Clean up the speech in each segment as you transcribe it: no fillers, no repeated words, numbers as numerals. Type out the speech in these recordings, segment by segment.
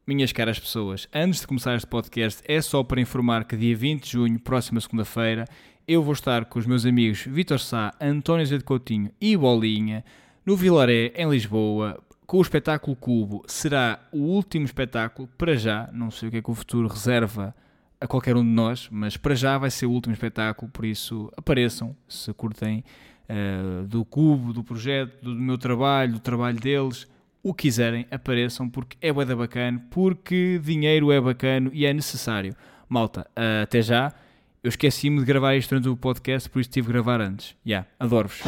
minhas caras pessoas, antes de começar este podcast, é só para informar que dia 20 de junho, próxima segunda-feira, eu vou estar com os meus amigos Vítor Sá, António Zé de Coutinho e Bolinha, no Vilaré, em Lisboa, com o espetáculo Cubo. Será o último espetáculo, para já, não sei o que é que o futuro reserva a qualquer um de nós, mas para já vai ser o último espetáculo, por isso apareçam, se curtem do Cubo, do projeto, do meu trabalho, do trabalho deles, o que quiserem, apareçam, porque é bué da bacana, porque dinheiro é bacana e é necessário. Malta, até já. Eu esqueci-me de gravar isto durante o podcast, por isso tive de gravar antes. Adoro-vos.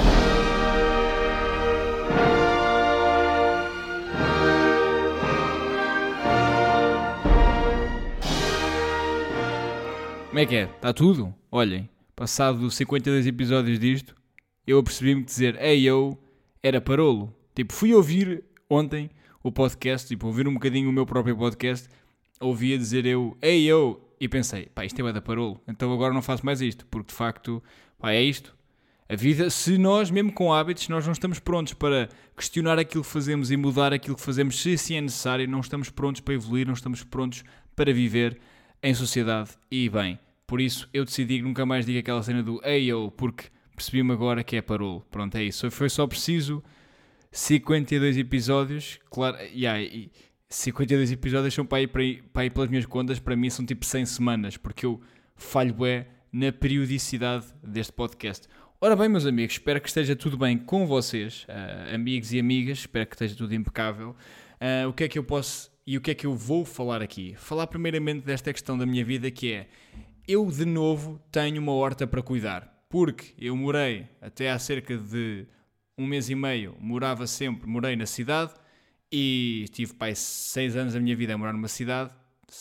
Como é que é? Está tudo? Olhem, passado 52 episódios disto, eu apercebi-me de dizer "Ei, eu" era parolo. Tipo, fui ouvir ontem o podcast, tipo, ouvir um bocadinho o meu próprio podcast, ouvia dizer eu "Ei, eu", e pensei, isto é bué da parolo, então agora não faço mais isto, porque de facto, é isto. A vida, se nós, mesmo com hábitos, nós não estamos prontos para questionar aquilo que fazemos e mudar aquilo que fazemos, se assim é necessário, não estamos prontos para evoluir, não estamos prontos para viver em sociedade e bem. Por isso, eu decidi que nunca mais digo aquela cena do "Ei, eu", porque percebi-me agora que é parolo. Pronto, é isso. Foi só preciso 52 episódios, claro, 52 episódios são para ir pelas minhas contas, para mim são tipo 100 semanas, porque eu falho na periodicidade deste podcast. Ora bem, meus amigos, espero que esteja tudo bem com vocês, amigos e amigas, espero que esteja tudo impecável. O que é que eu posso e o que é que eu vou falar aqui? Falar primeiramente desta questão da minha vida, que é, eu de novo tenho uma horta para cuidar, porque eu morei até há cerca de 1 mês e meio, morei na cidade e tive 6 anos da minha vida a morar numa cidade,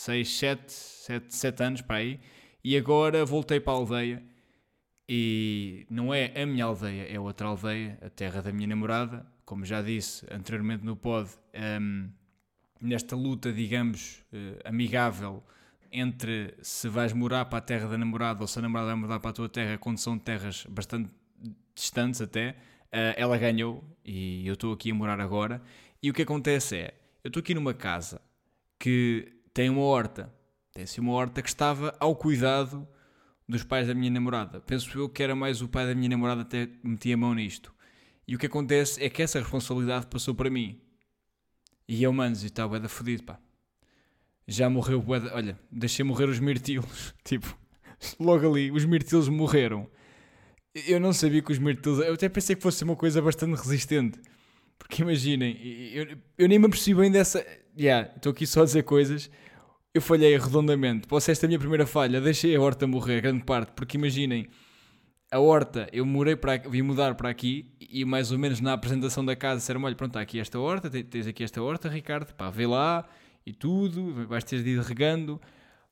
7 anos para aí, e agora voltei para a aldeia, e não é a minha aldeia, é outra aldeia, a terra da minha namorada, como já disse anteriormente no pod, nesta luta, digamos, amigável, entre se vais morar para a terra da namorada ou se a namorada vai mudar para a tua terra, quando são terras bastante distantes até, ela ganhou e eu estou aqui a morar agora. E o que acontece é, eu estou aqui numa casa que tem uma horta, tem-se uma horta que estava ao cuidado dos pais da minha namorada. Penso eu que era mais o pai da minha namorada até metia a mão nisto. E o que acontece é que essa responsabilidade passou para mim. E eu, manos, e está bué da fodido, pá. Já morreu bué da... Olha, deixei morrer os mirtilos. Tipo, logo ali, os mirtilos morreram. Eu não sabia que os mirtilos... Eu até pensei que fosse uma coisa bastante resistente. Porque imaginem, eu nem me apercebi bem dessa... Estou aqui só a dizer coisas. Eu falhei redondamente. Esta é a minha primeira falha. Deixei a horta morrer, grande parte. Porque imaginem, a horta, eu vim mudar para aqui e mais ou menos na apresentação da casa disseram, olha, pronto, está aqui esta horta, tens aqui esta horta, Ricardo, pá, vê lá e tudo, vais ter de ir regando.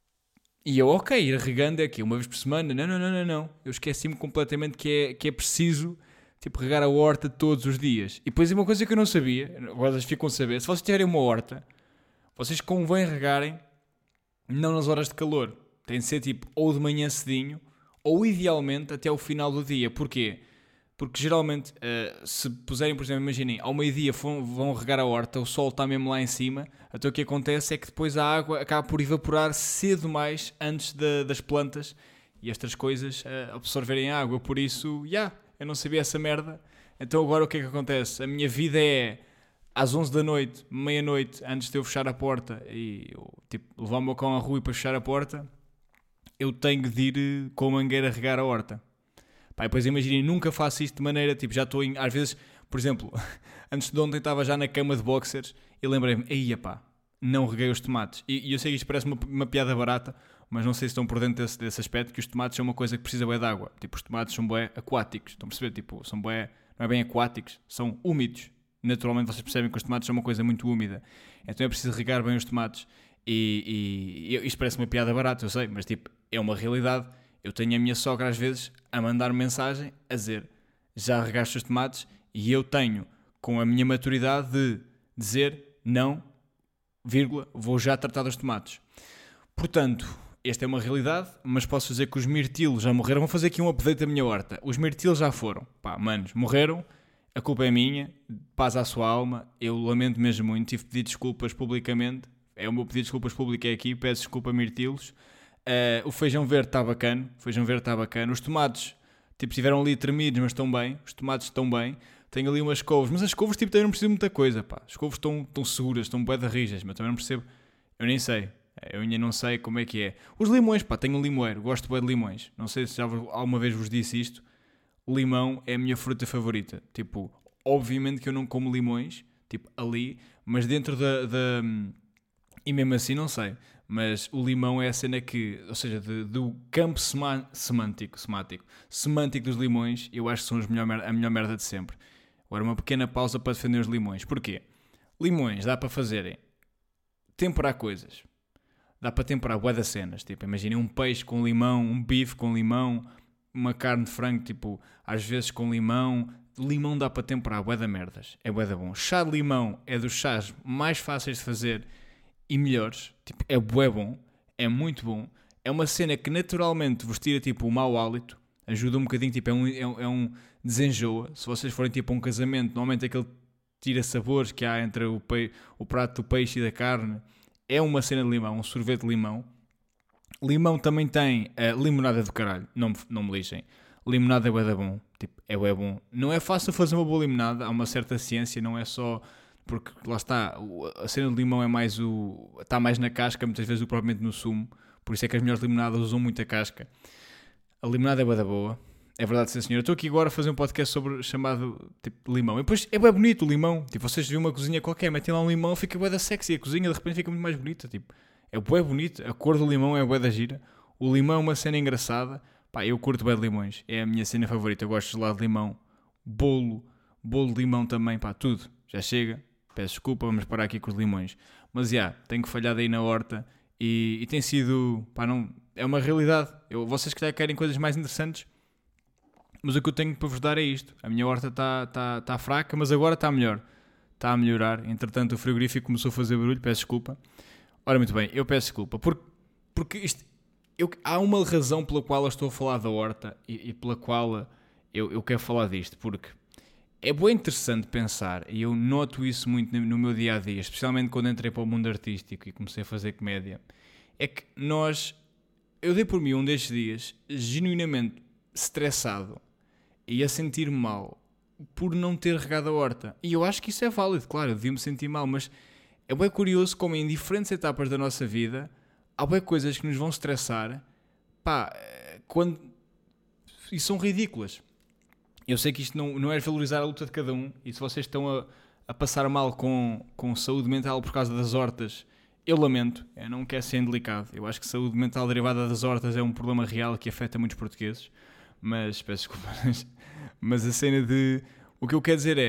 E eu, ok, ir regando é aqui uma vez por semana. Não. Eu esqueci-me completamente que é preciso, tipo, regar a horta todos os dias. E depois é uma coisa que eu não sabia, vocês ficam a saber, se vocês tiverem uma horta, vocês convém regarem não nas horas de calor. Tem de ser tipo ou de manhã cedinho, ou idealmente até o final do dia. Porquê? Porque geralmente, se puserem, por exemplo, imaginem, ao meio-dia vão regar a horta, o sol está mesmo lá em cima, então o que acontece é que depois a água acaba por evaporar cedo demais antes das plantas e estas coisas absorverem a água. Por isso, eu não sabia essa merda. Então agora o que é que acontece? A minha vida é às 11 da noite, meia-noite, antes de eu fechar a porta e levar o meu cão à rua e para fechar a porta, eu tenho de ir com a mangueira regar a horta. Pá, depois imaginem, nunca faço isto de maneira, já estou às vezes, por exemplo, antes de ontem estava já na cama de boxers e lembrei-me, não reguei os tomates. E eu sei que isto parece uma piada barata, mas não sei se estão por dentro desse aspecto, que os tomates são uma coisa que precisa bué de água. Tipo, os tomates são bué aquáticos, estão a perceber? Tipo, são bué, não é bem aquáticos, são úmidos. Naturalmente vocês percebem que os tomates são uma coisa muito úmida. Então é preciso regar bem os tomates. E isto parece uma piada barata, eu sei, mas tipo, é uma realidade. Eu tenho a minha sogra às vezes a mandar mensagem a dizer, já regaste os tomates? E eu tenho, com a minha maturidade, de dizer, não, vírgula, vou já tratar dos tomates. Portanto, esta é uma realidade, mas posso dizer que os mirtilos já morreram. Vou fazer aqui um update da minha horta. Os mirtilos já foram. Pá, manos, morreram. A culpa é minha. Paz à sua alma. Eu lamento mesmo muito. Tive de pedir desculpas publicamente. é o meu pedido de desculpas público é aqui, peço desculpa, Mirtilos. O feijão verde está bacana, os tomates, tipo, estiveram ali tremidos, mas estão bem, os tomates estão bem. Tenho ali umas couves, mas as couves, tipo, também não precisam de muita coisa, pá. As couves estão seguras, estão bué de rijas, mas também não percebo, eu nem sei. Eu ainda não sei como é que é. Os limões, pá, tenho um limoeiro, gosto bem de limões. Não sei se já alguma vez vos disse isto. Limão é a minha fruta favorita. Tipo, obviamente que eu não como limões, tipo, ali, mas dentro da e mesmo assim não sei. Mas o limão é a cena que, ou seja, do campo semântico dos limões, eu acho que são a melhor merda de sempre. Agora, uma pequena pausa para defender os limões. Porquê? Limões dá para fazerem temperar coisas. Dá para temperar bué das cenas, tipo, imaginem um peixe com limão, um bife com limão, uma carne de frango, tipo, às vezes com limão. Limão dá para temperar bué da merdas, é bué da bom. Chá de limão é dos chás mais fáceis de fazer e melhores, tipo, é bué bom, é muito bom. É uma cena que naturalmente vos tira, tipo, o mau hálito, ajuda um bocadinho, tipo, é um desenjoa. Se vocês forem, tipo, a um casamento, normalmente aquele tira sabores que há entre o prato do peixe e da carne. É uma cena de limão, um sorvete de limão. Limão também tem limonada do caralho, não me lixem. Limonada é bué da bom, tipo, é bué bom. Não é fácil fazer uma boa limonada, há uma certa ciência, não é só... Porque lá está, a cena de limão é mais está mais na casca, muitas vezes, do que propriamente no sumo. Por isso é que as melhores limonadas usam muita casca. A limonada é bué da boa. É verdade, sim, senhor. Eu estou aqui agora a fazer um podcast chamado tipo limão. E depois é bem bonito o limão. Tipo, vocês viram uma cozinha qualquer, metem lá um limão, fica bué da sexy. A cozinha de repente fica muito mais bonita. Tipo, é bué bonito. A cor do limão é bué da gira. O limão é uma cena engraçada. Pá, eu curto bué de limões. É a minha cena favorita. Eu gosto de gelado de limão. Bolo de limão também. Pá, tudo. Já chega. Peço desculpa, vamos parar aqui com os limões. Mas já, tenho falhado aí na horta. E tem sido... Pá, não... É uma realidade. Vocês que querem coisas mais interessantes... Mas o que eu tenho para vos dar é isto. A minha horta está fraca, mas agora está melhor. Está a melhorar. Entretanto, o frigorífico começou a fazer barulho. Peço desculpa. Ora, muito bem. Eu peço desculpa. Porque isto... há uma razão pela qual eu estou a falar da horta e pela qual eu quero falar disto. Porque é bem interessante pensar, e eu noto isso muito no meu dia-a-dia, especialmente quando entrei para o mundo artístico e comecei a fazer comédia, é que eu dei por mim um destes dias genuinamente estressado e a sentir-me mal por não ter regado a horta. E eu acho que isso é válido, claro, eu devia-me sentir mal, mas é bem curioso como em diferentes etapas da nossa vida há bem coisas que nos vão estressar, pá, e são ridículas. Eu sei que isto não é valorizar a luta de cada um, e se vocês estão a passar mal com saúde mental por causa das hortas, eu lamento, eu não quero ser indelicado. Eu acho que saúde mental derivada das hortas é um problema real que afeta muitos portugueses, mas peço desculpa. Mas a cena de... O que eu quero dizer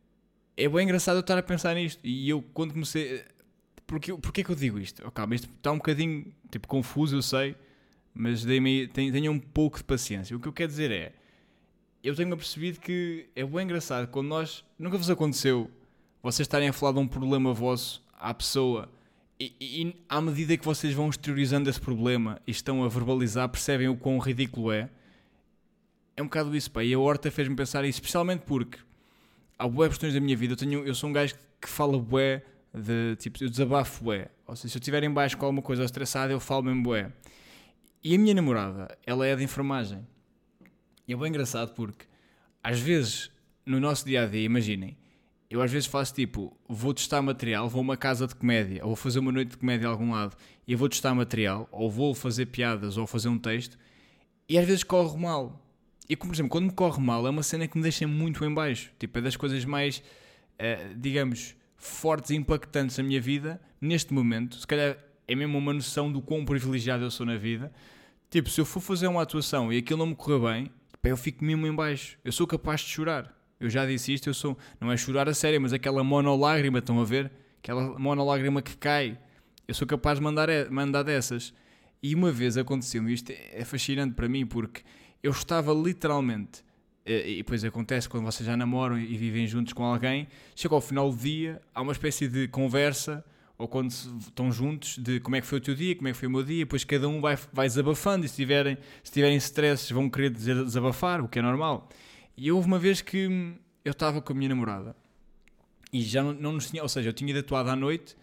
é bem engraçado eu estar a pensar nisto, e eu quando comecei... Porquê que eu digo isto? Oh, calma, isto está um bocadinho tipo, confuso, eu sei, mas tenham um pouco de paciência. O que eu quero dizer eu tenho percebido que é bem engraçado quando nunca vos aconteceu vocês estarem a falar de um problema vosso à pessoa e à medida que vocês vão exteriorizando esse problema e estão a verbalizar, percebem o quão ridículo é. É um bocado isso, pá, e a horta fez-me pensar isso, especialmente porque há bué questões da minha vida, eu sou um gajo que fala bué, tipo, eu desabafo bué, ou seja, se eu estiver em baixo com alguma coisa estressada, eu falo mesmo bué. E a minha namorada, ela é de enfermagem. E é bem engraçado porque, às vezes, no nosso dia-a-dia, imaginem, eu às vezes faço tipo, vou testar material, vou a uma casa de comédia, ou vou fazer uma noite de comédia a algum lado, e eu vou testar material, ou vou fazer piadas, ou fazer um texto, e às vezes corre mal. E, por exemplo, quando me corre mal, é uma cena que me deixa muito em baixo. Tipo, é das coisas mais, digamos, fortes e impactantes da minha vida, neste momento. Se calhar é mesmo uma noção do quão privilegiado eu sou na vida. Tipo, se eu for fazer uma atuação e aquilo não me correr bem, eu fico mesmo em baixo. Eu sou capaz de chorar. Eu já disse isto, não é chorar a sério, mas aquela monolágrima, estão a ver? Aquela monolágrima que cai. Eu sou capaz de mandar dessas. E uma vez aconteceu-me, isto é fascinante para mim, porque eu estava literalmente, e depois acontece quando vocês já namoram e vivem juntos com alguém, chega ao final do dia, há uma espécie de conversa, ou quando estão juntos, de como é que foi o teu dia, como é que foi o meu dia, depois cada um vai desabafando, e se tiverem stresses vão querer desabafar, o que é normal. E houve uma vez que eu estava com a minha namorada, e já não nos tinha, ou seja, eu tinha ido atuado à noite,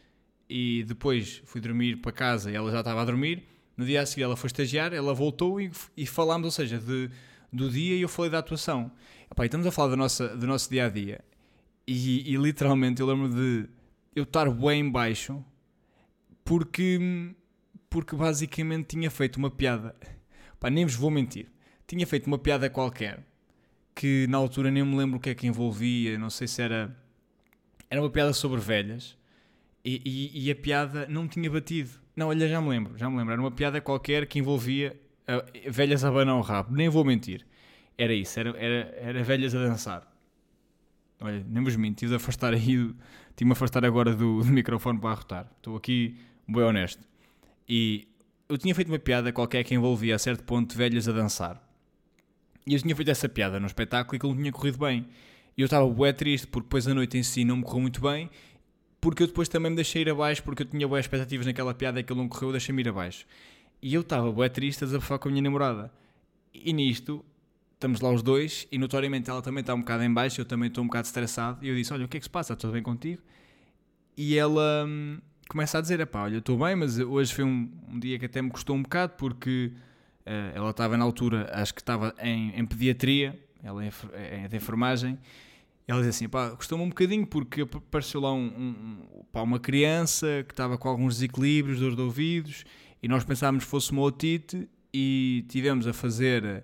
e depois fui dormir para casa e ela já estava a dormir. No dia a seguir ela foi estagiar, ela voltou e falámos, ou seja, do dia, e eu falei da atuação. Epá, e estamos a falar do nosso dia-a-dia e literalmente eu lembro de eu estar bem em baixo porque basicamente tinha feito uma piada. Pá, nem vos vou mentir. Tinha feito uma piada qualquer que na altura nem me lembro o que é que envolvia, não sei se era uma piada sobre velhas e a piada não tinha batido. Não, olha, já me lembro, era uma piada qualquer que envolvia velhas a abanar o rabo, nem vou mentir, era isso, era velhas a dançar. Olha, nem vos minto, tive de me afastar agora do microfone para arrotar, estou aqui bem honesto. E eu tinha feito uma piada qualquer que envolvia a certo ponto velhas a dançar. E eu tinha feito essa piada no espetáculo e que não tinha corrido bem. E eu estava bué triste porque depois a noite em si não me correu muito bem, porque eu depois também me deixei ir abaixo, porque eu tinha bué expectativas naquela piada e que ele não correu, deixei-me ir abaixo. E eu estava bué triste a desabafar com a minha namorada. E nisto, estamos lá os dois e notoriamente ela também está um bocado em baixo, eu também estou um bocado estressado. E eu disse, olha, o que é que se passa? Está tudo bem contigo? E ela começa a dizer, epá, olha, estou bem, mas hoje foi um dia que até me custou um bocado, porque ela estava na altura, acho que estava em pediatria, ela é de enfermagem, e ela diz assim, pá, custou-me um bocadinho porque apareceu lá uma criança que estava com alguns desequilíbrios, dores de ouvidos, e nós pensávamos que fosse uma otite e tivemos a fazer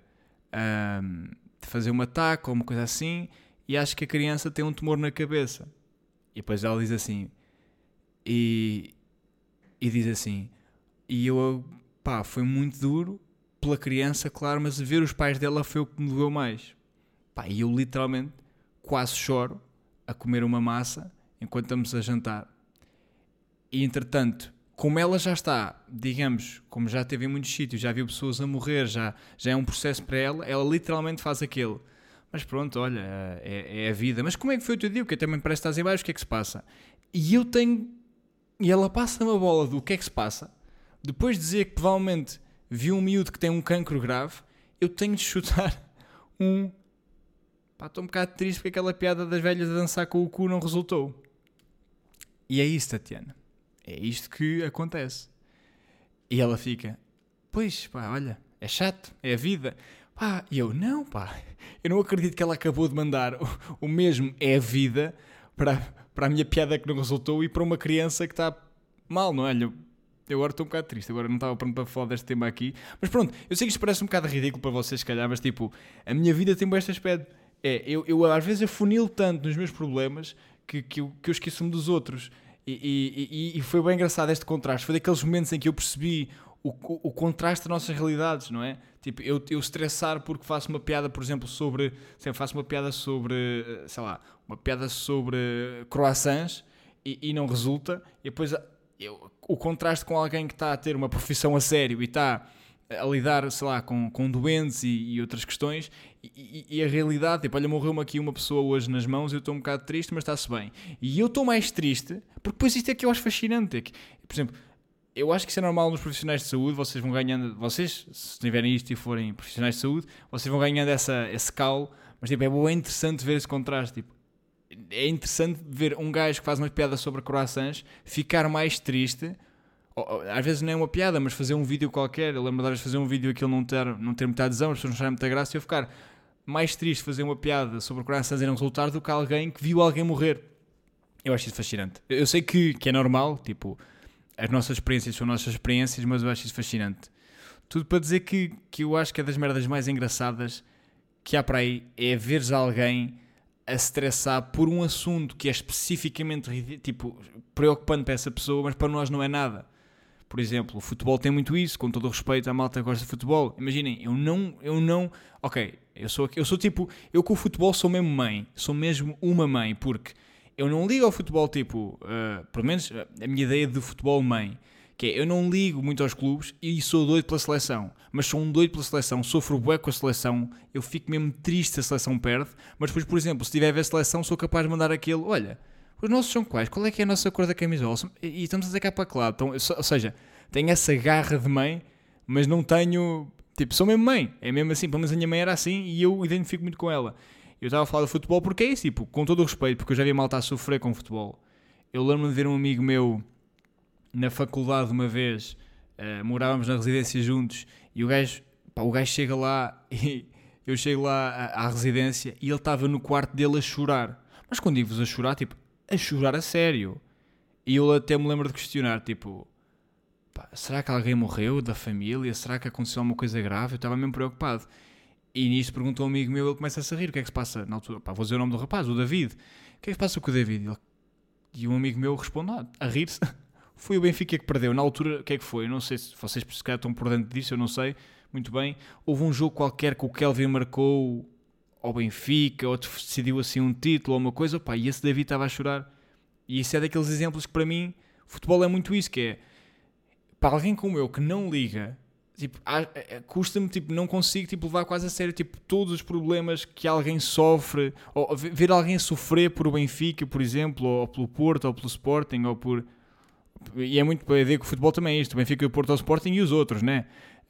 uma TAC ou uma coisa assim, e acho que a criança tem um tumor na cabeça. E depois ela diz assim, e diz assim, e eu, pá, foi muito duro pela criança, claro, mas ver os pais dela foi o que me doeu mais. Pá, e eu literalmente quase choro a comer uma massa enquanto estamos a jantar. E entretanto, como ela já está, digamos, como já esteve em muitos sítios, já viu pessoas a morrer, já é um processo para ela literalmente faz aquele. Mas pronto, olha, é a vida. Mas como é que foi o teu dia? Porque também parece que estás em baixo, o que é que se passa? E ela passa-me a bola do que é que se passa. Depois de dizer que provavelmente viu um miúdo que tem um cancro grave, eu tenho de chutar Pá, estou um bocado triste porque aquela piada das velhas a dançar com o cu não resultou. E é isso, Tatiana. É isto que acontece. E ela fica, pois, pá, olha, é chato, é a vida. Pá, e eu, não, pá, eu não acredito que ela acabou de mandar o mesmo é a vida para a minha piada que não resultou e para uma criança que está mal, não é? Eu agora estou um bocado triste, agora não estava pronto para falar deste tema aqui. Mas pronto, eu sei que isto parece um bocado ridículo para vocês, se calhar, mas tipo, a minha vida tem este aspecto. Eu às vezes afunilo tanto nos meus problemas que eu esqueço-me dos outros. E foi bem engraçado este contraste. Foi daqueles momentos em que eu percebi o contraste das nossas realidades, não é? Tipo, eu estressar porque faço uma piada, por exemplo, sobre uma piada sobre croissants e não resulta. E depois o contraste com alguém que está a ter uma profissão a sério e está a lidar, sei lá, com doentes e outras questões, e a realidade, tipo, olha, morreu-me aqui uma pessoa hoje nas mãos, eu estou um bocado triste, mas está-se bem. E eu estou mais triste, porque depois isto é que eu acho fascinante, é que, por exemplo, eu acho que isso é normal nos profissionais de saúde, vocês vão ganhando, se tiverem isto e forem profissionais de saúde, vocês vão ganhando esse calo, mas tipo, é bem interessante ver esse contraste, tipo, é interessante ver um gajo que faz uma piada sobre croissants ficar mais triste. Às vezes não é uma piada, mas fazer um vídeo qualquer. Eu lembro de às vezes fazer um vídeo e aquilo não ter muita adesão, as pessoas não acharem muita graça, e eu ficar mais triste fazer uma piada sobre croissants e não resultar do que alguém que viu alguém morrer. Eu acho isso fascinante. Eu sei que é normal, tipo, as nossas experiências são nossas experiências, mas eu acho isso fascinante. Tudo para dizer que eu acho que é das merdas mais engraçadas que há para aí, é veres alguém a se estressar por um assunto que é especificamente tipo, preocupante para essa pessoa, mas para nós não é nada. Por exemplo, o futebol tem muito isso, com todo o respeito à malta que gosta de futebol. Imaginem, eu não... Ok, eu sou tipo... Eu com o futebol sou mesmo mãe. Sou mesmo uma mãe, porque eu não ligo ao futebol tipo... pelo menos a minha ideia de futebol mãe, que é, eu não ligo muito aos clubes e sou doido pela seleção. Mas sou um doido pela seleção, sofro bué com a seleção, eu fico mesmo triste se a seleção perde, mas depois, por exemplo, se tiver a ver a seleção, sou capaz de mandar aquele... Olha... Os nossos são quais? Qual é que é a nossa cor da camisola? E estamos a dizer cá para que lado? Então, ou seja, tenho essa garra de mãe, mas não tenho... Tipo, sou mesmo mãe. É mesmo assim. Pelo menos a minha mãe era assim e eu identifico muito com ela. Eu estava a falar de futebol porque é isso, tipo, com todo o respeito, porque eu já vi malta a sofrer com futebol. Eu lembro-me de ver um amigo meu na faculdade uma vez, morávamos na residência juntos, e o gajo chega lá, e eu chego lá à residência, e ele estava no quarto dele a chorar. Mas quando digo-vos a chorar, tipo, a chorar a sério. E eu até me lembro de questionar, tipo, será que alguém morreu da família? Será que aconteceu alguma coisa grave? Eu estava mesmo preocupado. E nisto perguntou um amigo meu, ele começa-se a rir. O que é que se passa na altura? Vou dizer o nome do rapaz, o David. O que é que se passa com o David? E um amigo meu responde, a rir-se. Foi o Benfica que perdeu. Na altura, o que é que foi? Eu não sei se vocês estão por dentro disso, eu não sei muito bem. Houve um jogo qualquer que o Kelvin marcou ao Benfica, ou decidiu assim um título ou uma coisa. E esse David estava a chorar. E isso é daqueles exemplos que para mim, futebol é muito isso, que é, para alguém como eu que não liga, tipo, custa-me, tipo, não consigo, tipo, levar quase a sério, tipo, todos os problemas que alguém sofre, ou ver alguém sofrer por o Benfica, por exemplo, ou pelo Porto, ou pelo Sporting, ou por... E é muito para ver que o futebol também é isto, o Benfica, o Porto, o Sporting e os outros, né?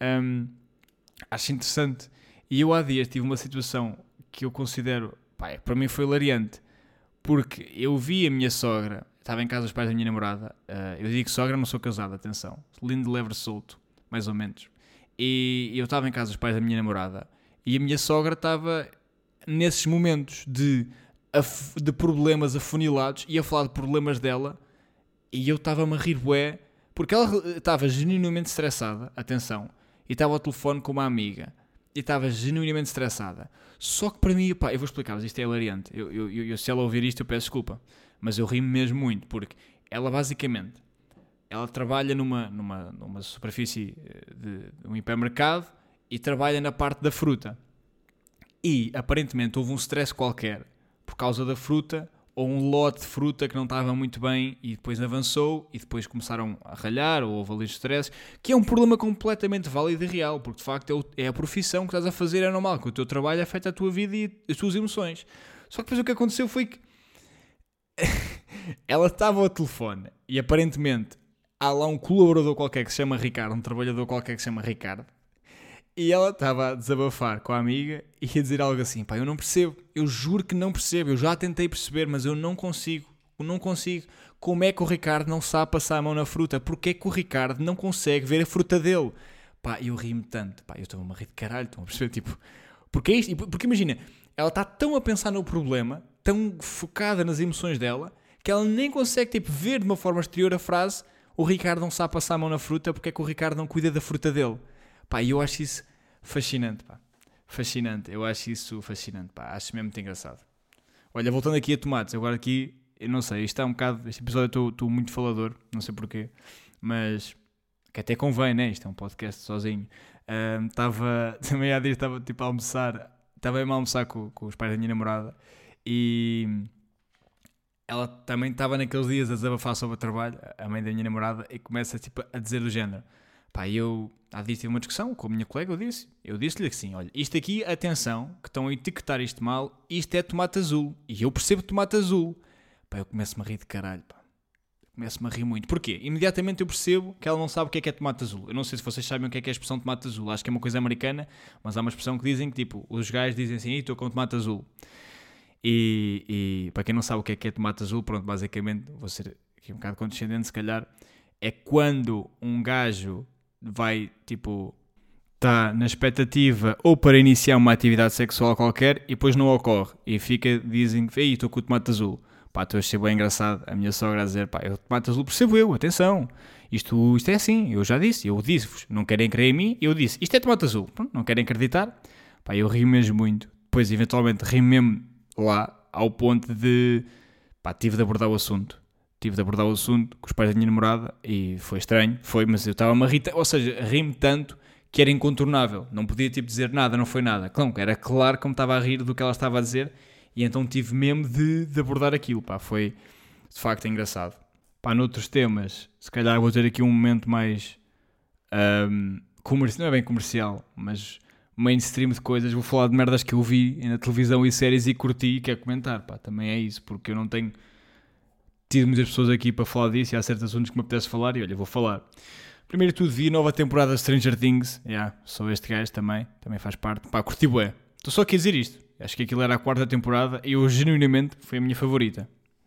Acho interessante. E eu há dias tive uma situação que eu considero, para mim foi hilariante, porque eu vi a minha sogra, estava em casa dos pais da minha namorada, eu digo sogra, não sou casado, atenção, lindo lever solto, mais ou menos, e eu estava em casa dos pais da minha namorada, e a minha sogra estava nesses momentos de problemas afunilados, e a falar de problemas dela, e eu estava-me a rir bué, porque ela estava genuinamente estressada, atenção, e estava ao telefone com uma amiga, e estava genuinamente estressada. Só que para mim, eu vou explicar-vos, isto é hilariante. Se ela ouvir isto, eu peço desculpa. Mas eu rio-me mesmo muito, porque ela basicamente, ela trabalha numa superfície de um hipermercado e trabalha na parte da fruta. E aparentemente houve um stress qualquer por causa da fruta, ou um lote de fruta que não estava muito bem e depois avançou e depois começaram a ralhar ou houve ali stress, que é um problema completamente válido e real, porque de facto é a profissão que estás a fazer, é normal, que o teu trabalho afeta a tua vida e as tuas emoções. Só que depois o que aconteceu foi que ela estava ao telefone e aparentemente há lá um colaborador qualquer que se chama Ricardo, um trabalhador qualquer que se chama Ricardo, e ela estava a desabafar com a amiga e ia dizer algo assim, eu não percebo, eu juro que não percebo, eu já tentei perceber, mas eu não consigo. Como é que o Ricardo não sabe passar a mão na fruta? Porque é que o Ricardo não consegue ver a fruta dele? Eu ri-me tanto, eu estava-me a rir de caralho, estão a perceber, tipo, porque é isto, porque imagina, ela está tão a pensar no problema, tão focada nas emoções dela, que ela nem consegue, tipo, ver de uma forma exterior a frase, o Ricardo não sabe passar a mão na fruta, porque é que o Ricardo não cuida da fruta dele? E eu acho isso fascinante, fascinante, eu acho isso fascinante, acho mesmo muito engraçado. Olha, voltando aqui a tomates, agora aqui, eu não sei, isto é um bocado, este episódio eu estou muito falador, não sei porquê, mas que até convém, né, isto é um podcast sozinho. Também há dias estava tipo a almoçar, estava a almoçar com os pais da minha namorada e ela também estava naqueles dias a desabafar sobre o trabalho, a mãe da minha namorada, e começa tipo a dizer do género, eu há dias tive uma discussão com a minha colega, eu disse-lhe que sim, olha, isto aqui, atenção, que estão a etiquetar isto mal, isto é tomate azul, e eu percebo tomate azul. Eu começo-me a rir de caralho, começo-me a rir muito. Porquê? Imediatamente eu percebo que ela não sabe o que é tomate azul. Eu não sei se vocês sabem o que é a expressão tomate azul, acho que é uma coisa americana, mas há uma expressão que dizem que, tipo, os gajos dizem assim, estou com tomate azul. E para quem não sabe o que é tomate azul, pronto, basicamente, vou ser aqui um bocado condescendente, se calhar, é quando um gajo vai, tipo, está na expectativa ou para iniciar uma atividade sexual qualquer e depois não ocorre. E dizem, estou com o tomate azul. Estou a achar bem engraçado a minha sogra a dizer, o tomate azul percebo eu, atenção. Isto é assim, eu já disse, eu disse-vos, não querem crer em mim, eu disse, isto é tomate azul. Pronto, não querem acreditar. Eu rio mesmo muito. Depois, eventualmente, rio mesmo lá, ao ponto de, tive de abordar o assunto. Com os pais da minha namorada e foi estranho, mas eu estava-me a rir, ou seja, ri-me tanto que era incontornável, não podia tipo dizer nada, não foi nada, claro, era claro que me estava a rir do que ela estava a dizer e então tive mesmo de abordar aquilo, foi de facto engraçado. Noutros temas, se calhar vou ter aqui um momento mais comercial, não é bem comercial, mas mainstream de coisas, vou falar de merdas que eu vi na televisão e séries e curti e quero comentar, também é isso, porque eu não tenho tido muitas pessoas aqui para falar disso e há certos assuntos que me apetece falar e olha, vou falar. Primeiro de tudo vi a nova temporada de Stranger Things, sou este gajo também faz parte, curti bué. Estou só aqui a dizer isto, acho que aquilo era a 4ª temporada e eu genuinamente foi a minha favorita.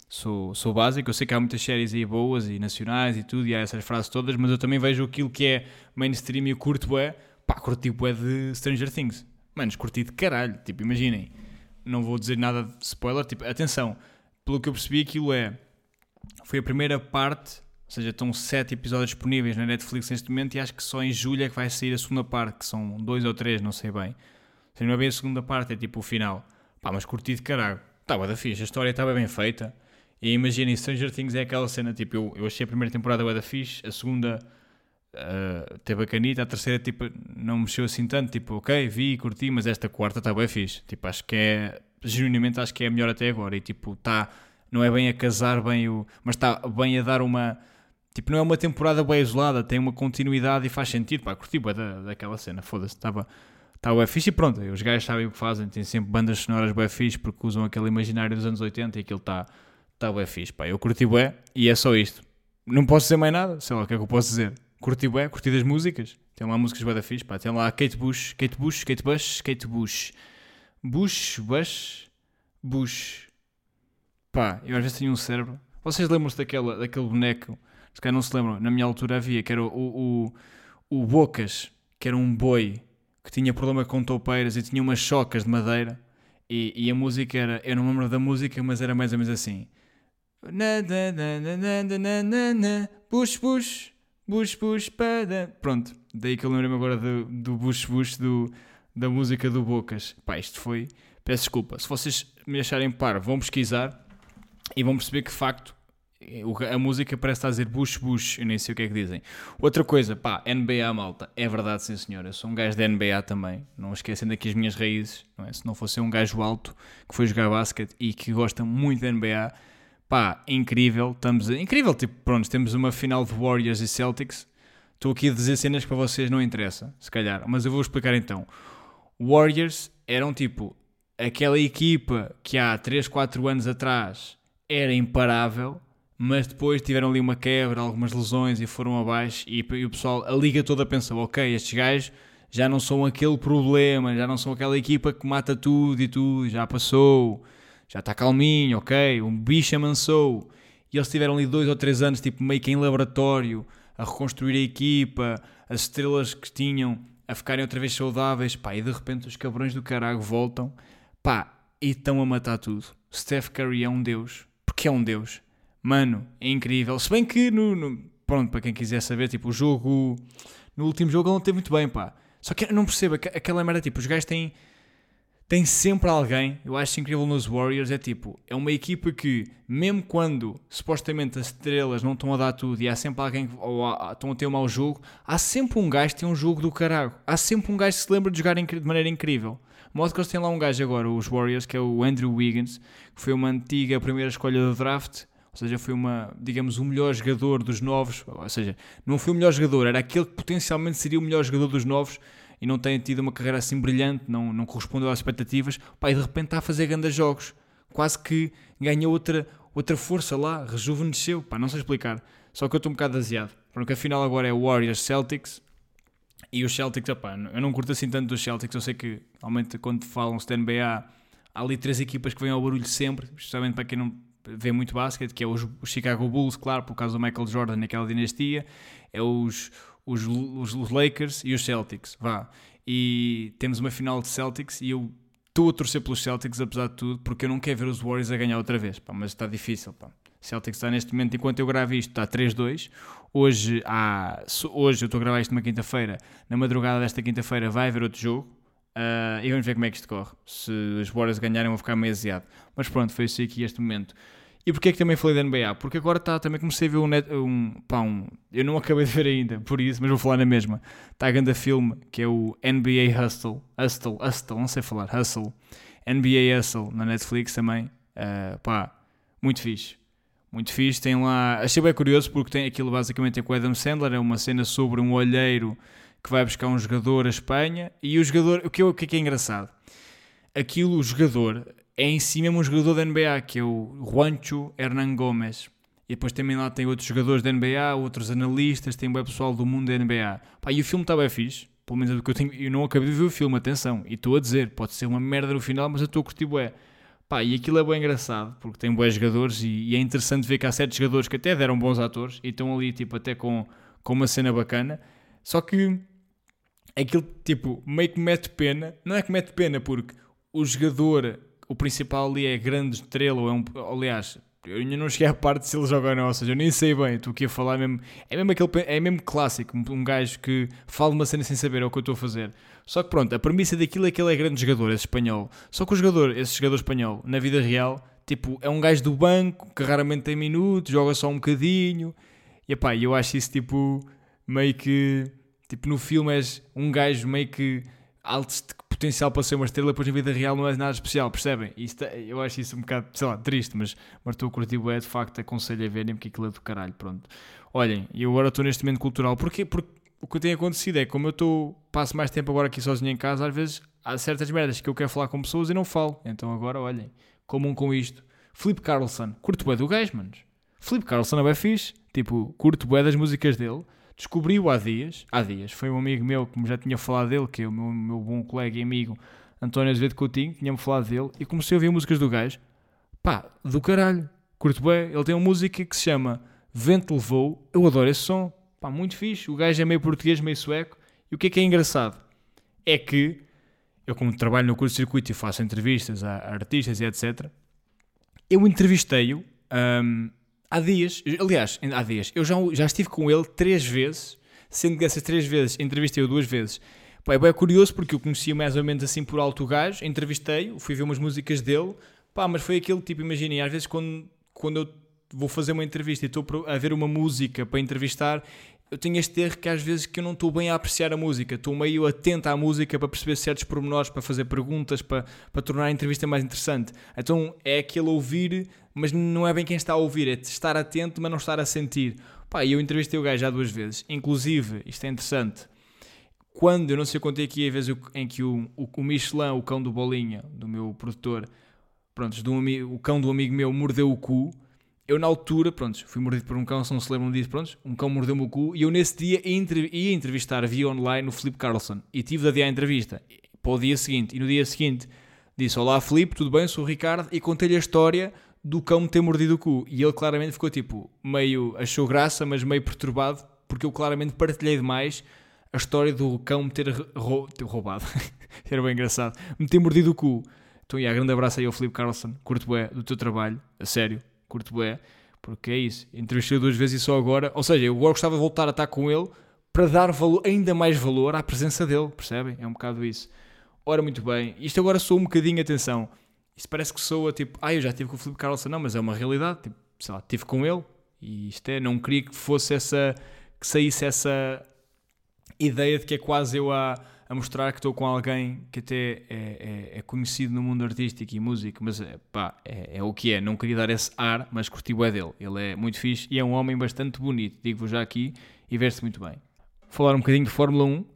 sou básico. Eu sei que há muitas séries aí boas e nacionais e tudo, e há essas frases todas, mas eu também vejo aquilo que é mainstream e eu curto bué. Pá, curti bué de Stranger Things. Manos, curti de caralho. Tipo, imaginem, não vou dizer nada de spoiler. Tipo, atenção, pelo que eu percebi, aquilo foi a primeira parte, ou seja, estão 7 episódios disponíveis na Netflix neste momento e acho que só em julho é que vai sair a segunda parte, que são 2 ou 3, não sei bem. Ou seja, não é bem a segunda parte, é tipo o final. Pá, mas curti de caralho. Estava da fixe, a história estava bem feita. E imaginem, Stranger Things é aquela cena, tipo, eu achei a primeira temporada bué da fixe, a segunda teve a canita, a terceira, tipo, não mexeu assim tanto, tipo, ok, vi, curti, mas esta quarta está bem fixe. Tipo, acho que genuinamente acho que é a melhor até agora. E tipo, está, não é bem a casar bem mas está bem a dar uma, tipo, não é uma temporada bem isolada, tem uma continuidade e faz sentido, pá, curti bué daquela cena, foda-se, estava bué fixe e pronto, os gajos sabem o que fazem, têm sempre bandas sonoras bué fixe porque usam aquele imaginário dos anos 80 e aquilo está bué fixe, pá, eu curti bué e é só isto. Não posso dizer mais nada, sei lá o que é que eu posso dizer. Curti bué, curti das músicas, tem lá músicas bué da fixe, pá, tem lá Kate Bush, pá, eu às vezes tenho um cérebro. Vocês lembram-se daquele boneco? Se calhar não se lembram, na minha altura havia, que era o Bocas, que era um boi que tinha problema com toupeiras e tinha umas chocas de madeira. E a música era, eu não me lembro da música, mas era mais ou menos assim. Bush, bush, bush, bush, pada. Pronto, daí que eu lembrei-me agora do bush, bush, da música do Bocas. Pá, isto foi... Peço desculpa, se vocês me acharem par, vão pesquisar e vão perceber que de facto a música parece estar a dizer bush, bush, eu nem sei o que é que dizem. Outra coisa, pá, NBA, malta, é verdade, sim senhor, eu sou um gajo da NBA também, não esquecendo aqui as minhas raízes, não é? Se não fosse um gajo alto que foi jogar basquete e que gosta muito da NBA, pá, incrível, incrível, tipo, pronto, temos uma final de Warriors e Celtics, estou aqui a dizer cenas que para vocês não interessa, se calhar, mas eu vou explicar então. Warriors eram tipo aquela equipa que há 3, 4 anos atrás era imparável, mas depois tiveram ali uma quebra, algumas lesões e foram abaixo e o pessoal, a liga toda pensou, ok, estes gajos já não são aquele problema, já não são aquela equipa que mata tudo e tudo, já passou, já está calminho, ok, um bicho amansou. E eles tiveram ali 2 ou 3 anos tipo meio que em laboratório a reconstruir a equipa, as estrelas que tinham a ficarem outra vez saudáveis, pá, e de repente os cabrões do caralho voltam, pá, e estão a matar tudo. Steph Curry é um deus, porque é um deus. Mano, é incrível. Se bem que, pronto, para quem quiser saber, tipo, o jogo... No último jogo ele não teve muito bem, pá. Só que eu não percebo, aquela merda, tipo, os gajos têm sempre alguém, eu acho incrível nos Warriors, é tipo, é uma equipa que, mesmo quando, supostamente, as estrelas não estão a dar tudo e há sempre alguém que estão a ter um mau jogo, há sempre um gajo que tem um jogo do caralho. Há sempre um gajo que se lembra de jogar de maneira incrível. De modo que eles têm lá um gajo agora, os Warriors, que é o Andrew Wiggins, que foi uma antiga primeira escolha do draft. Ou seja, foi digamos, o melhor jogador dos novos. Ou seja, não foi o melhor jogador, era aquele que potencialmente seria o melhor jogador dos novos e não tem tido uma carreira assim brilhante, não correspondeu às expectativas. Pá, e de repente está a fazer grandes jogos. Quase que ganhou outra força lá, rejuvenesceu. Pá, não sei explicar. Só que eu estou um bocado aziado. Porque afinal agora é Warriors Celtics. E os Celtics, opá, eu não curto assim tanto dos Celtics. Eu sei que, realmente, quando falam-se da NBA, há ali 3 equipas que vêm ao barulho sempre, especialmente para quem não vê muito basquete, que é os Chicago Bulls, claro, por causa do Michael Jordan naquela dinastia, é os Lakers e os Celtics, vá. E temos uma final de Celtics e eu estou a torcer pelos Celtics, apesar de tudo, porque eu não quero ver os Warriors a ganhar outra vez, pá, mas está difícil, pá. Celtics está neste momento, enquanto eu gravo isto, está 3-2. Hoje eu estou a gravar isto numa quinta-feira, na madrugada desta quinta-feira vai haver outro jogo. E vamos ver como é que isto corre. Se os Warriors ganharem, vou ficar meio aziado. Mas pronto, foi isso aqui este momento. E porquê é que também falei da NBA? Porque agora também comecei a ver eu não acabei de ver ainda, por isso, mas vou falar na mesma. Está a grande filme, que é o NBA Hustle, não sei falar, Hustle. NBA Hustle, na Netflix também. Muito fixe. Muito fixe, tem lá... Achei bem curioso porque tem aquilo basicamente com o Adam Sandler, é uma cena sobre um olheiro que vai buscar um jogador à Espanha e o jogador, o que é engraçado, o jogador é em si mesmo um jogador da NBA, que é o Juancho Hernán Gómez, e depois também lá tem outros jogadores da NBA, outros analistas, tem bem pessoal do mundo da NBA. Pá, e o filme está bem fixe, pelo menos é do que eu não acabei de ver o filme, atenção, e estou a dizer, pode ser uma merda no final, mas eu estou a curtir bué. Pá, e aquilo é bem engraçado, porque tem bons jogadores e é interessante ver que há certos jogadores que até deram bons atores e estão ali, tipo, até com uma cena bacana. Só que aquilo, tipo, meio que mete pena. Não é que mete pena, porque o jogador, o principal ali é grande estrela, ou é um... Aliás, eu ainda não cheguei à parte se ele joga ou não, ou seja, eu nem sei bem, estou aqui a falar mesmo... É mesmo clássico, um gajo que fala uma cena sem saber, é o que eu estou a fazer. Só que pronto, a premissa daquilo é que ele é grande jogador, esse espanhol. Só que esse jogador espanhol, na vida real, tipo, é um gajo do banco, que raramente tem minutos, joga só um bocadinho. E epá, eu acho isso, tipo, meio que... Tipo, no filme és um gajo meio que alto potencial para ser uma estrela, depois na vida real não é nada especial, percebem? Eu acho isso um bocado, sei lá, triste, mas estou a curtir bué, de facto, aconselho a verem porque aquilo é do caralho, pronto. Olhem, eu agora estou neste momento cultural, porque o que tem acontecido é, como eu passo mais tempo agora aqui sozinho em casa, às vezes há certas merdas que eu quero falar com pessoas e não falo, então agora, olhem, comam com isto. Filipe Carlson, curto bué do gajo, manos. Filipe Carlson é bem fixe, tipo, curto bué das músicas dele. Descobri-o há dias, foi um amigo meu que me já tinha falado dele, que é o meu bom colega e amigo António Azevedo Coutinho, tinha-me falado dele, e comecei a ouvir músicas do gajo, pá, do caralho, curto bem, ele tem uma música que se chama Vento Levou, eu adoro esse som, pá, muito fixe, o gajo é meio português, meio sueco, e o que é engraçado? É que, eu como trabalho no curto-circuito e faço entrevistas a artistas e etc, eu entrevistei-o, há dias, eu já estive com ele 3 vezes, sendo que dessas 3 vezes entrevistei-o 2 vezes. Pá, é bem curioso porque eu conhecia mais ou menos assim por alto o gajo, entrevistei-o, fui ver umas músicas dele, pá, mas foi aquele tipo, imaginem, às vezes quando eu vou fazer uma entrevista e estou a ver uma música para entrevistar, eu tenho este erro que às vezes que eu não estou bem a apreciar a música, estou meio atento à música para perceber certos pormenores, para fazer perguntas, para tornar a entrevista mais interessante. Então é aquele ouvir, mas não é bem quem está a ouvir, é estar atento, mas não estar a sentir. Pá, eu entrevistei o gajo já 2 vezes, inclusive, isto é interessante, quando, eu não sei quanto é que é a vez em que o Michelin, o cão do Bolinha, do meu produtor, pronto, o cão do amigo meu mordeu o cu. Eu na altura, pronto, fui mordido por um cão, se não se lembram disso, pronto, um cão mordeu-me o cu, e eu nesse dia ia entrevistar via online o Filipe Carlson, e tive de adiar a entrevista para o dia seguinte, e no dia seguinte disse: olá Filipe, tudo bem, sou o Ricardo, e contei-lhe a história do cão me ter mordido o cu, e ele claramente ficou tipo, meio, achou graça, mas meio perturbado, porque eu claramente partilhei demais a história do cão me ter roubado, era bem engraçado, me ter mordido o cu. Então, grande abraço aí ao Filipe Carlson, curto bué do teu trabalho, a sério. Curto bué, porque é isso, entrevistei-o 2 vezes e só agora, ou seja, eu agora gostava de voltar a estar com ele para dar ainda mais valor à presença dele, percebem? É um bocado isso. Ora, muito bem, isto agora soa um bocadinho, atenção, isto parece que soa tipo, eu já estive com o Filipe Carlson, não, mas é uma realidade, tipo, sei lá, estive com ele, e isto não queria que saísse essa ideia de que é quase eu a mostrar que estou com alguém que até é conhecido no mundo artístico e músico, mas pá, é o que é, não queria dar esse ar, mas curti o dele, ele é muito fixe e é um homem bastante bonito, digo-vos já aqui, e veste muito bem. Vou falar um bocadinho de Fórmula 1,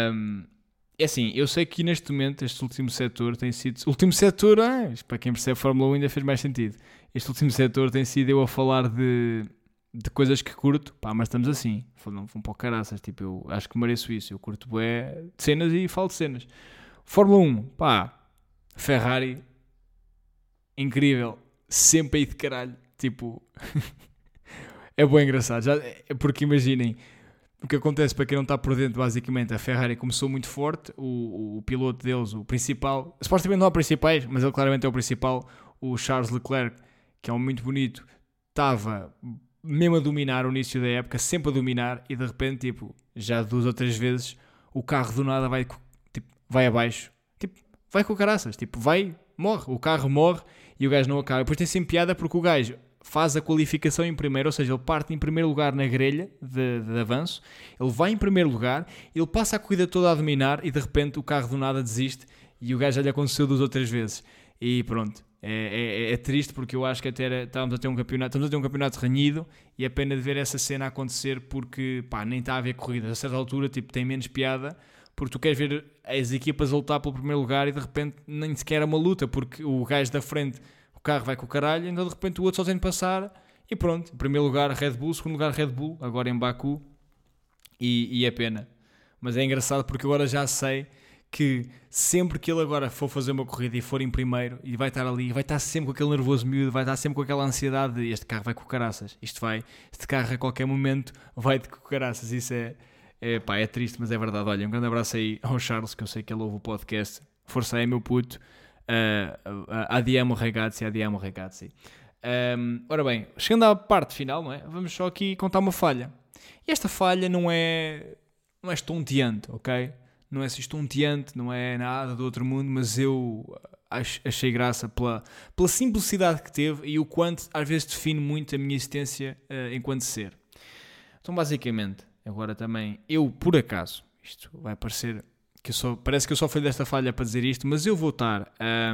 é assim, eu sei que neste momento este último setor tem sido, para quem percebe Fórmula 1 ainda fez mais sentido, este último setor tem sido eu a falar de coisas que curto, pá, mas estamos assim, vão para o caraças, tipo, eu acho que mereço isso, eu curto bué de cenas e falo de cenas. Fórmula 1, pá, Ferrari, incrível, sempre aí de caralho, tipo, é bem engraçado, porque imaginem, o que acontece para quem não está por dentro, basicamente, a Ferrari começou muito forte, o piloto deles, o principal, supostamente não há principais, mas ele claramente é o principal, o Charles Leclerc, que é um muito bonito, estava mesmo a dominar o início da época, sempre a dominar, e de repente, tipo, já 2 ou 3 vezes, o carro do nada vai abaixo, tipo, vai com caraças, tipo, morre, o carro morre e o gajo não acaba. Depois tem sempre piada porque o gajo faz a qualificação em primeiro, ou seja, ele parte em primeiro lugar na grelha de avanço, ele vai em primeiro lugar, ele passa a corrida toda a dominar e de repente o carro do nada desiste e o gajo já lhe aconteceu 2 ou 3 vezes. E pronto. É triste porque eu acho que até estamos a ter um campeonato renhido e é pena de ver essa cena acontecer porque pá, nem está a haver corridas. A certa altura tipo, tem menos piada porque tu queres ver as equipas a lutar pelo primeiro lugar e de repente nem sequer é uma luta porque o gajo da frente, o carro vai com o caralho, então de repente o outro só tem de passar e pronto, em primeiro lugar Red Bull, segundo lugar Red Bull, agora em Baku e é pena. Mas é engraçado porque agora já sei que sempre que ele agora for fazer uma corrida e for em primeiro, e vai estar ali, vai estar sempre com aquele nervoso miúdo, vai estar sempre com aquela ansiedade de este carro vai com caraças, este carro a qualquer momento vai de caraças. Isso é triste, mas é verdade. Olha, um grande abraço aí ao Charles, que eu sei que ele ouve o podcast. Força aí, meu puto. Adiamo ragazzi. Ora bem, chegando à parte final, não é? Vamos só aqui contar uma falha. E esta falha não é estonteante, ok? Não é estonteante, não é nada do outro mundo, mas eu achei graça pela simplicidade que teve e o quanto às vezes define muito a minha existência enquanto ser. Então, basicamente, agora também, eu por acaso, isto vai parecer que parece que eu só falei desta falha para dizer isto, mas eu vou estar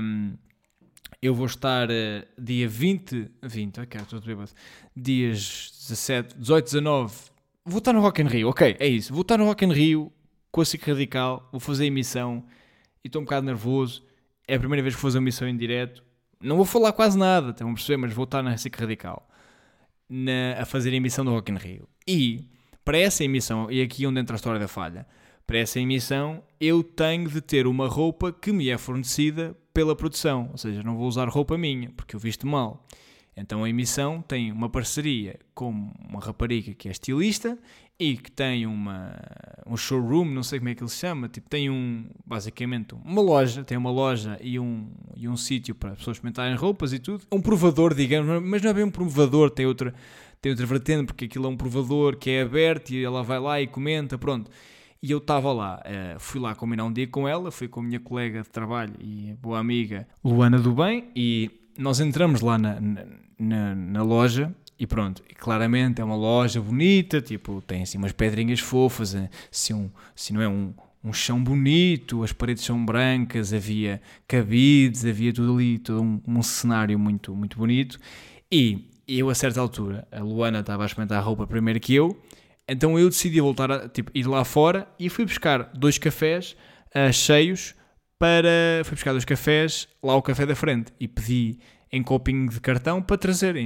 dia 20, ok, estou bêbado, dias 17, 18, 19, vou estar no Rock in Rio, ok, é isso, vou estar no Rock in Rio com a SIC Radical, vou fazer a emissão e estou um bocado nervoso, é a primeira vez que vou fazer uma emissão em direto, não vou falar quase nada, estão a perceber, mas vou estar na SIC Radical a fazer a emissão do Rock in Rio. E para essa emissão, e aqui onde entra a história da falha, para essa emissão eu tenho de ter uma roupa que me é fornecida pela produção, ou seja, não vou usar roupa minha, porque eu visto mal. Então a emissão tem uma parceria com uma rapariga que é estilista e que tem um showroom, não sei como é que ele se chama, tipo, tem basicamente uma loja, tem uma loja e um sítio para as pessoas experimentarem roupas e tudo. Um provador, digamos, mas não é bem um provador, tem outra vertente, porque aquilo é um provador que é aberto e ela vai lá e comenta, pronto. E eu estava lá, fui lá combinar um dia com ela, fui com a minha colega de trabalho e boa amiga Luana do Bem, e nós entramos lá na loja e pronto, e claramente é uma loja bonita, tipo, tem assim umas pedrinhas fofas, assim não é um chão bonito, as paredes são brancas, havia cabides, havia tudo ali, todo um cenário muito, muito bonito. E eu, a certa altura, a Luana estava a experimentar a roupa primeiro que eu, então eu decidi voltar a ir lá fora e fui buscar 2 cafés cheios fui buscar 2 cafés lá ao café da frente e pedi em copinho de cartão para trazer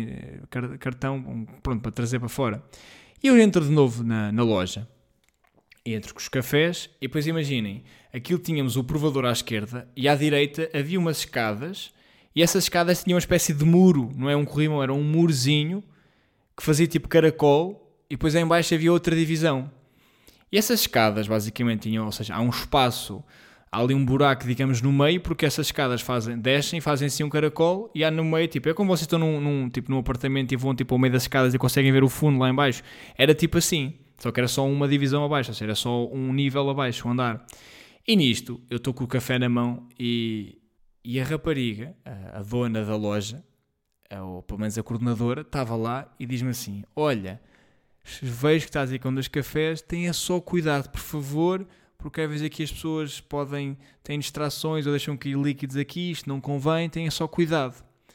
para trazer para fora. E eu entro de novo na loja, entro com os cafés e depois imaginem, aquilo tínhamos o provador à esquerda e à direita havia umas escadas e essas escadas tinham uma espécie de muro, não é um corrimão, era um murozinho que fazia tipo caracol. E depois em baixo havia outra divisão. E essas escadas basicamente tinham, ou seja, há um espaço, há ali um buraco, digamos, no meio, porque essas escadas descem, fazem assim um caracol, e há no meio, tipo, é como vocês estão num apartamento e vão tipo ao meio das escadas e conseguem ver o fundo lá em baixo. Era tipo assim, só que era só uma divisão abaixo, ou seja, era só um nível abaixo, um andar. E nisto, eu estou com o café na mão e a rapariga, a dona da loja, ou pelo menos a coordenadora, estava lá e diz-me assim, olha, vejo que estás aí com 2 cafés, tenha só cuidado, por favor, porque às vezes aqui as pessoas têm distrações ou deixam cair líquidos aqui, isto não convém, tenha só cuidado.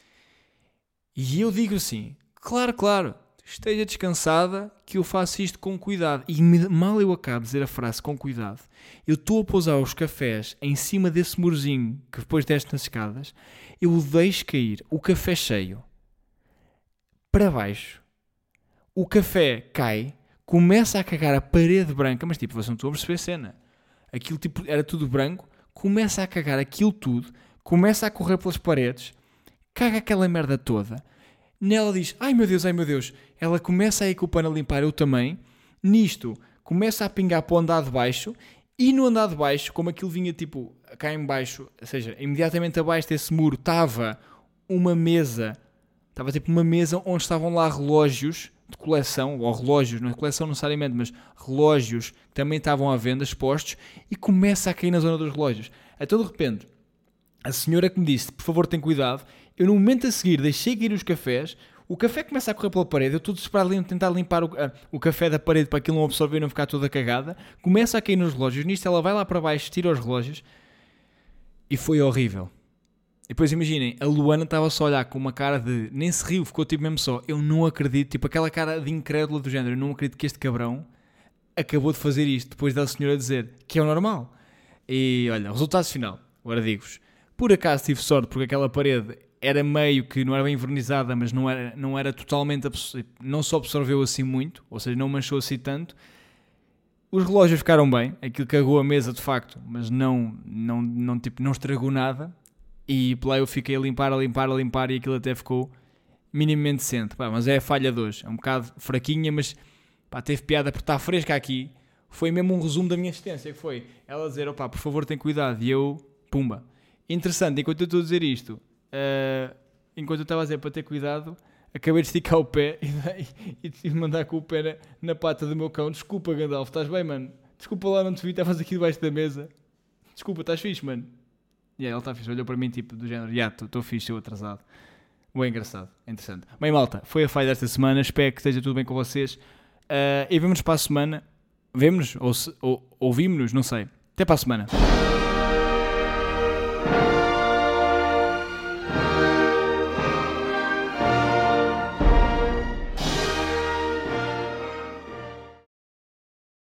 E eu digo assim, claro, esteja descansada que eu faço isto com cuidado. E mal eu acabo de dizer a frase com cuidado, eu estou a pousar os cafés em cima desse murozinho que depois desce nas escadas, eu deixo cair o café cheio para baixo. O café cai, começa a cagar a parede branca, mas tipo, vocês não estão a perceber a cena. Aquilo tipo, era tudo branco, começa a cagar aquilo tudo, começa a correr pelas paredes, caga aquela merda toda. Nela diz, ai meu Deus, ela começa a ir com o pano a limpar, eu também. Nisto, começa a pingar para o andar de baixo, e no andar de baixo, como aquilo vinha tipo cá em baixo, ou seja, imediatamente abaixo desse muro estava uma mesa, onde estavam lá relógios de coleção, ou relógios, não é coleção necessariamente, mas relógios que também estavam à venda, expostos, e começa a cair na zona dos relógios. Então, de repente, a senhora que me disse, por favor, tem cuidado, eu no momento a seguir deixei cair os cafés, o café começa a correr pela parede, eu estou desesperado a tentar limpar o café da parede para aquilo não absorver e não ficar toda cagada, começa a cair nos relógios, nisto ela vai lá para baixo, tira os relógios, e foi horrível. E depois imaginem, a Luana estava só a olhar com uma cara de... Nem se riu, ficou tipo mesmo só... Eu não acredito, tipo aquela cara de incrédula do género. Eu não acredito que este cabrão acabou de fazer isto depois da senhora dizer que é o normal. E olha, resultado final. Agora digo-vos. Por acaso tive sorte porque aquela parede era meio que... Não era bem vernizada, mas não era totalmente... Não só absorveu assim muito, ou seja, não manchou assim tanto. Os relógios ficaram bem, aquilo cagou a mesa de facto, mas não estragou nada. E por lá eu fiquei a limpar e aquilo até ficou minimamente decente. Pá, mas é a falha de hoje, é um bocado fraquinha, mas pá, teve piada por estar fresca aqui. Foi mesmo um resumo da minha assistência, que foi ela dizer, opá, por favor tem cuidado, e eu, pumba. Interessante, enquanto eu estou a dizer isto, enquanto eu estava a dizer para ter cuidado, acabei de esticar o pé e tive de mandar com o pé na pata do meu cão. Desculpa, Gandalf, estás bem, mano? Desculpa lá, não te vi, estavas aqui debaixo da mesa. Desculpa, estás fixe, mano? E aí ele está fixe, olhou para mim tipo do género, estou fixe, estou atrasado. Bem engraçado, é interessante. Bem, malta, foi a falha desta semana, espero que esteja tudo bem com vocês. E vemo-nos para a semana. Vemo-nos ou ouvimos-nos, não sei. Até para a semana.